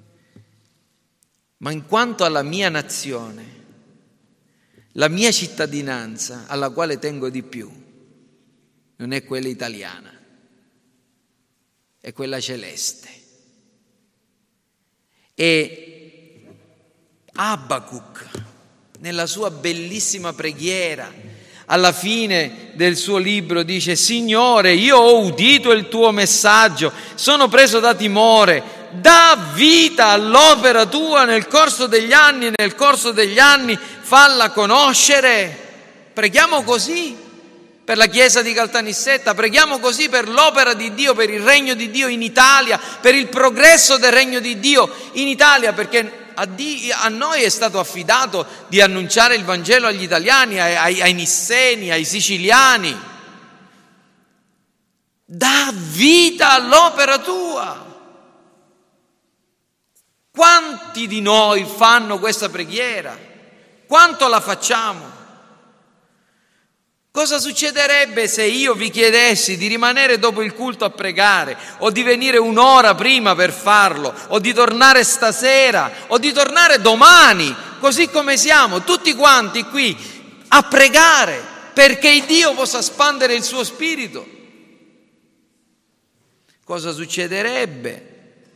Ma in quanto alla mia nazione, la mia cittadinanza alla quale tengo di più non è quella italiana, è quella celeste. E Abacuc, nella sua bellissima preghiera, alla fine del suo libro dice: Signore, io ho udito il tuo messaggio, sono preso da timore, dà vita all'opera tua nel corso degli anni, nel corso degli anni falla conoscere. Preghiamo così per la Chiesa di Caltanissetta, preghiamo così per l'opera di Dio, per il regno di Dio in Italia, per il progresso del regno di Dio in Italia, perché a, Dio, a noi è stato affidato di annunciare il Vangelo agli italiani, ai, ai, ai nisseni, ai siciliani. Dà vita all'opera tua. Quanti di noi fanno questa preghiera? Quanto la facciamo? Cosa succederebbe se io vi chiedessi di rimanere dopo il culto a pregare, o di venire un'ora prima per farlo, o di tornare stasera, o di tornare domani, così come siamo, tutti quanti qui, a pregare, perché Dio possa spandere il suo spirito? Cosa succederebbe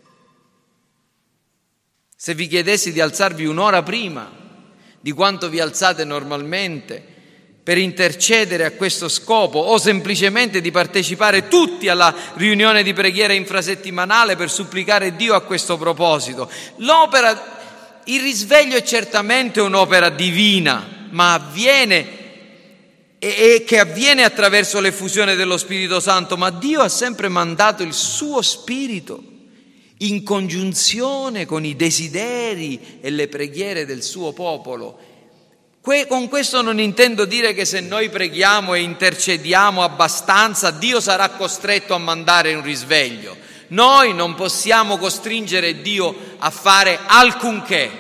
se vi chiedessi di alzarvi un'ora prima di quanto vi alzate normalmente per intercedere a questo scopo, o semplicemente di partecipare tutti alla riunione di preghiera infrasettimanale per supplicare Dio a questo proposito? L'opera, il risveglio è certamente un'opera divina, ma avviene e, e che avviene attraverso l'effusione dello Spirito Santo, ma Dio ha sempre mandato il suo Spirito in congiunzione con i desideri e le preghiere del suo popolo. Con questo non intendo dire che se noi preghiamo e intercediamo abbastanza, Dio sarà costretto a mandare un risveglio. Noi non possiamo costringere Dio a fare alcunché.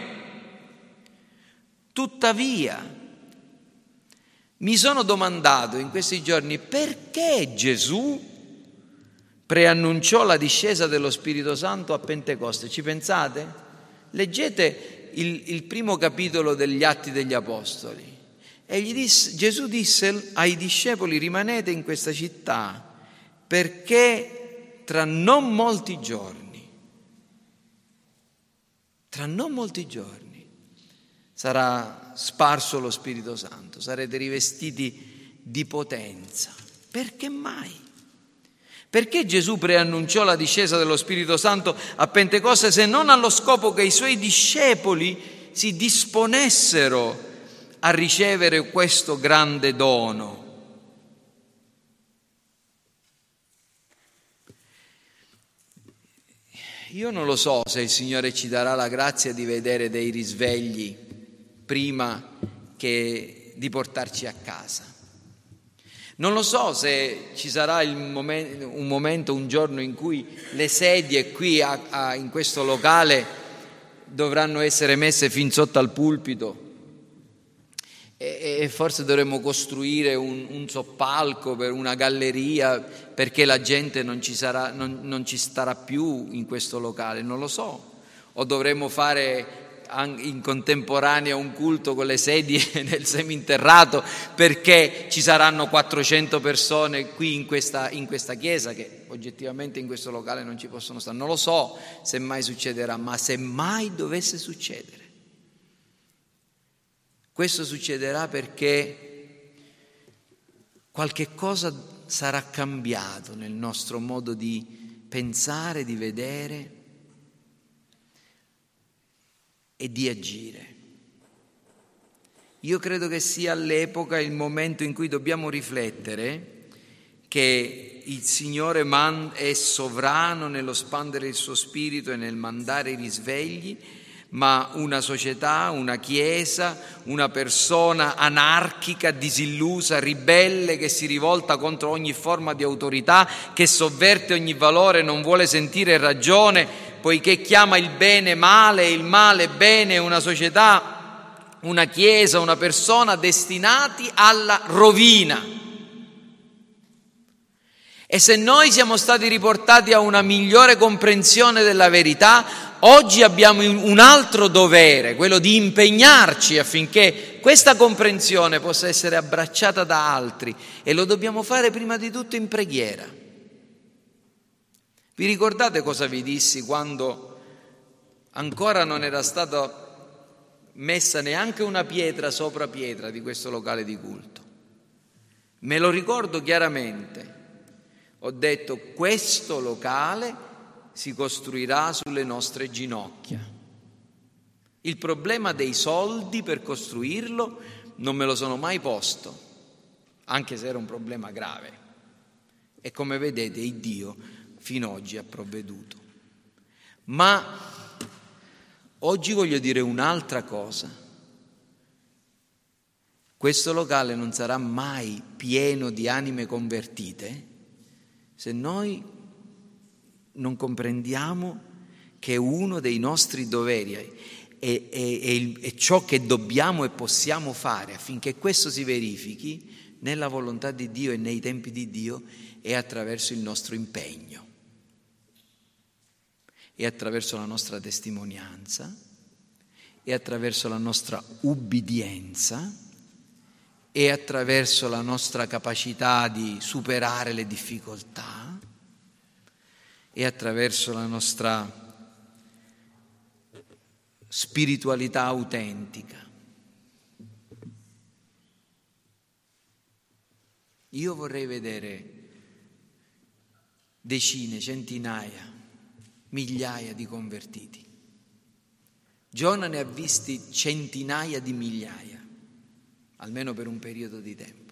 Tuttavia, mi sono domandato in questi giorni perché Gesù preannunciò la discesa dello Spirito Santo a Pentecoste. Ci pensate? Leggete il, il primo capitolo degli Atti degli Apostoli. E gli disse, Gesù disse ai discepoli: rimanete in questa città, perché tra non molti giorni, tra non molti giorni, sarà sparso lo Spirito Santo, sarete rivestiti di potenza. Perché mai? Perché Gesù preannunciò la discesa dello Spirito Santo a Pentecoste, se non allo scopo che i suoi discepoli si disponessero a ricevere questo grande dono? Io non lo so se il Signore ci darà la grazia di vedere dei risvegli prima che di portarci a casa. Non lo so se ci sarà il momen- un momento, un giorno in cui le sedie qui a, a, in questo locale dovranno essere messe fin sotto al pulpito e, e forse dovremo costruire un, un soppalco per una galleria perché la gente non ci sarà, non, non ci starà più in questo locale, non lo so. O dovremo fare in contemporanea un culto con le sedie nel seminterrato perché ci saranno quattrocento persone qui in questa, in questa chiesa che oggettivamente in questo locale non ci possono stare. Non lo so se mai succederà, ma se mai dovesse succedere, questo succederà perché qualche cosa sarà cambiato nel nostro modo di pensare, di vedere e di agire. Io credo che sia all'epoca il momento in cui dobbiamo riflettere che il Signore è sovrano nello spandere il suo spirito e nel mandare i risvegli, ma una società, una chiesa, una persona anarchica, disillusa, ribelle, che si rivolta contro ogni forma di autorità, che sovverte ogni valore, non vuole sentire ragione, poiché chiama il bene male e il male bene, una società, una chiesa, una persona destinati alla rovina. E se noi siamo stati riportati a una migliore comprensione della verità, oggi abbiamo un altro dovere, quello di impegnarci affinché questa comprensione possa essere abbracciata da altri, e lo dobbiamo fare prima di tutto in preghiera. Vi ricordate cosa vi dissi quando ancora non era stata messa neanche una pietra sopra pietra di questo locale di culto? Me lo ricordo chiaramente. Ho detto: questo locale si costruirà sulle nostre ginocchia. Il problema dei soldi per costruirlo non me lo sono mai posto, anche se era un problema grave. E come vedete, il Dio fino ad oggi ha provveduto. Ma oggi voglio dire un'altra cosa. Questo locale non sarà mai pieno di anime convertite se noi non comprendiamo che uno dei nostri doveri è, è, è, è ciò che dobbiamo e possiamo fare affinché questo si verifichi nella volontà di Dio e nei tempi di Dio, è attraverso il nostro impegno, è attraverso la nostra testimonianza, è attraverso la nostra ubbidienza, è attraverso la nostra capacità di superare le difficoltà, è attraverso la nostra spiritualità autentica. Io vorrei vedere decine, centinaia, migliaia di convertiti. Giona ne ha visti centinaia di migliaia, almeno per un periodo di tempo.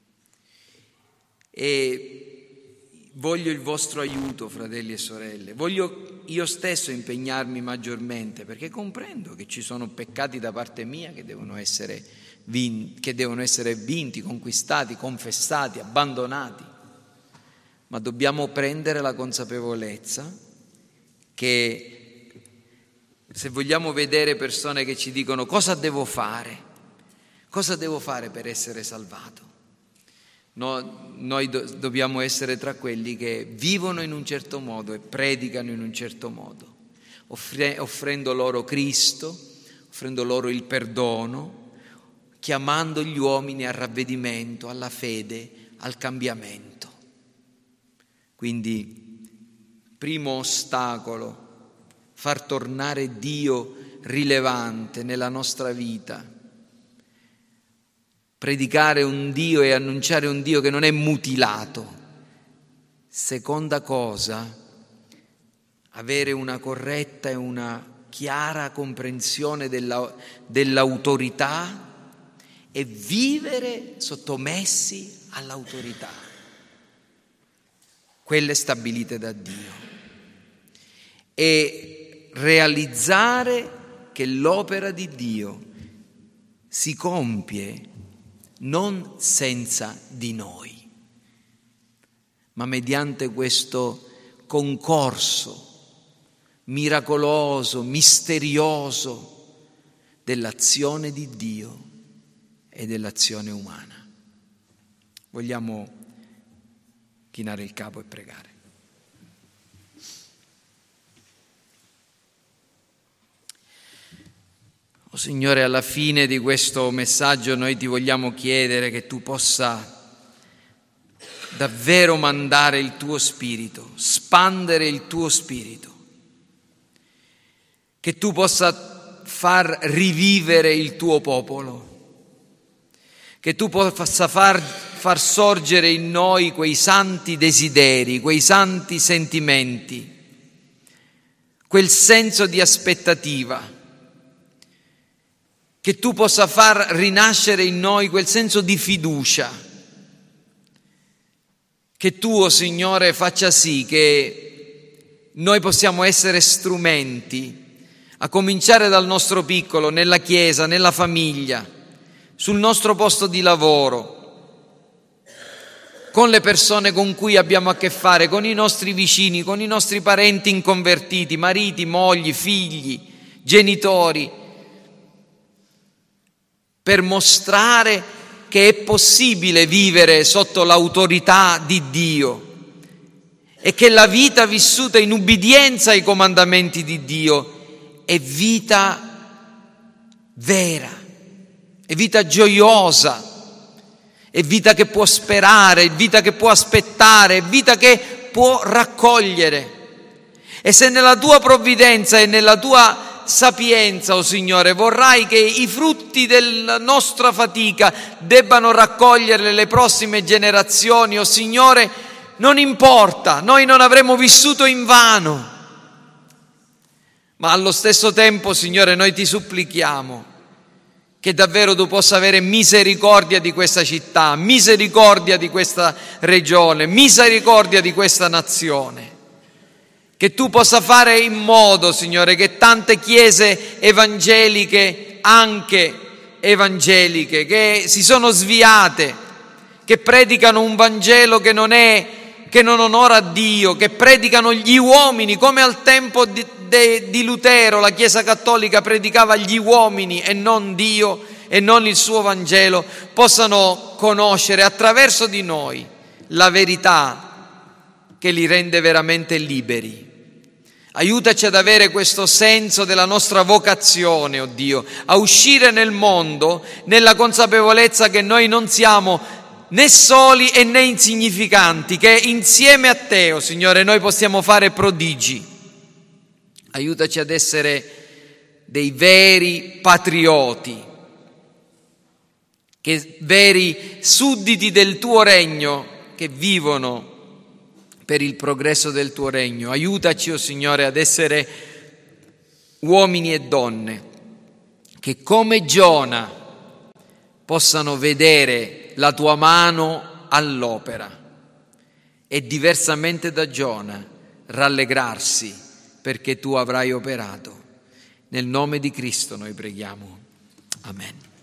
E voglio il vostro aiuto, fratelli e sorelle. Voglio io stesso impegnarmi maggiormente, perché comprendo che ci sono peccati da parte mia che devono essere vinti, che devono essere vinti, conquistati, confessati, abbandonati. Ma dobbiamo prendere la consapevolezza che se vogliamo vedere persone che ci dicono cosa devo fare, cosa devo fare per essere salvato, no, noi do, dobbiamo essere tra quelli che vivono in un certo modo e predicano in un certo modo. offre- offrendo loro Cristo, offrendo loro il perdono, chiamando gli uomini al ravvedimento, alla fede, al cambiamento. Quindi, primo ostacolo, far tornare Dio rilevante nella nostra vita, predicare un Dio e annunciare un Dio che non è mutilato. Seconda cosa, avere una corretta e una chiara comprensione della, dell'autorità e vivere sottomessi all'autorità, quelle stabilite da Dio, e realizzare che l'opera di Dio si compie non senza di noi, ma mediante questo concorso miracoloso, misterioso dell'azione di Dio e dell'azione umana. Vogliamo chinare il capo e pregare. Oh Signore, alla fine di questo messaggio noi ti vogliamo chiedere che tu possa davvero mandare il tuo spirito, spandere il tuo spirito, che tu possa far rivivere il tuo popolo, che tu possa far, far sorgere in noi quei santi desideri, quei santi sentimenti, quel senso di aspettativa, che tu possa far rinascere in noi quel senso di fiducia, che tu, oh Signore, faccia sì che noi possiamo essere strumenti, a cominciare dal nostro piccolo, nella chiesa, nella famiglia, sul nostro posto di lavoro, con le persone con cui abbiamo a che fare, con i nostri vicini, con i nostri parenti inconvertiti, mariti, mogli, figli, genitori, per mostrare che è possibile vivere sotto l'autorità di Dio e che la vita vissuta in ubbidienza ai comandamenti di Dio è vita vera, è vita gioiosa, è vita che può sperare, è vita che può aspettare, è vita che può raccogliere. E se nella tua provvidenza e nella tua sapienza, o oh Signore, vorrai che i frutti della nostra fatica debbano raccogliere le prossime generazioni, o oh Signore, non importa, noi non avremo vissuto invano. Ma allo stesso tempo, Signore, noi ti supplichiamo che davvero tu possa avere misericordia di questa città, misericordia di questa regione, misericordia di questa nazione. Che tu possa fare in modo, Signore, che tante chiese evangeliche, anche evangeliche, che si sono sviate, che predicano un Vangelo che non è, che non onora Dio, che predicano gli uomini, come al tempo di, de, di Lutero la Chiesa Cattolica predicava gli uomini e non Dio e non il suo Vangelo, possano conoscere attraverso di noi la verità che li rende veramente liberi. Aiutaci ad avere questo senso della nostra vocazione, oh Dio, a uscire nel mondo nella consapevolezza che noi non siamo né soli e né insignificanti, che insieme a te, oh Signore, noi possiamo fare prodigi. Aiutaci ad essere dei veri patrioti, che veri sudditi del tuo regno, che vivono per il progresso del tuo regno. Aiutaci, oh Signore, ad essere uomini e donne che come Giona possano vedere la tua mano all'opera e diversamente da Giona rallegrarsi perché tu avrai operato. Nel nome di Cristo noi preghiamo. Amen.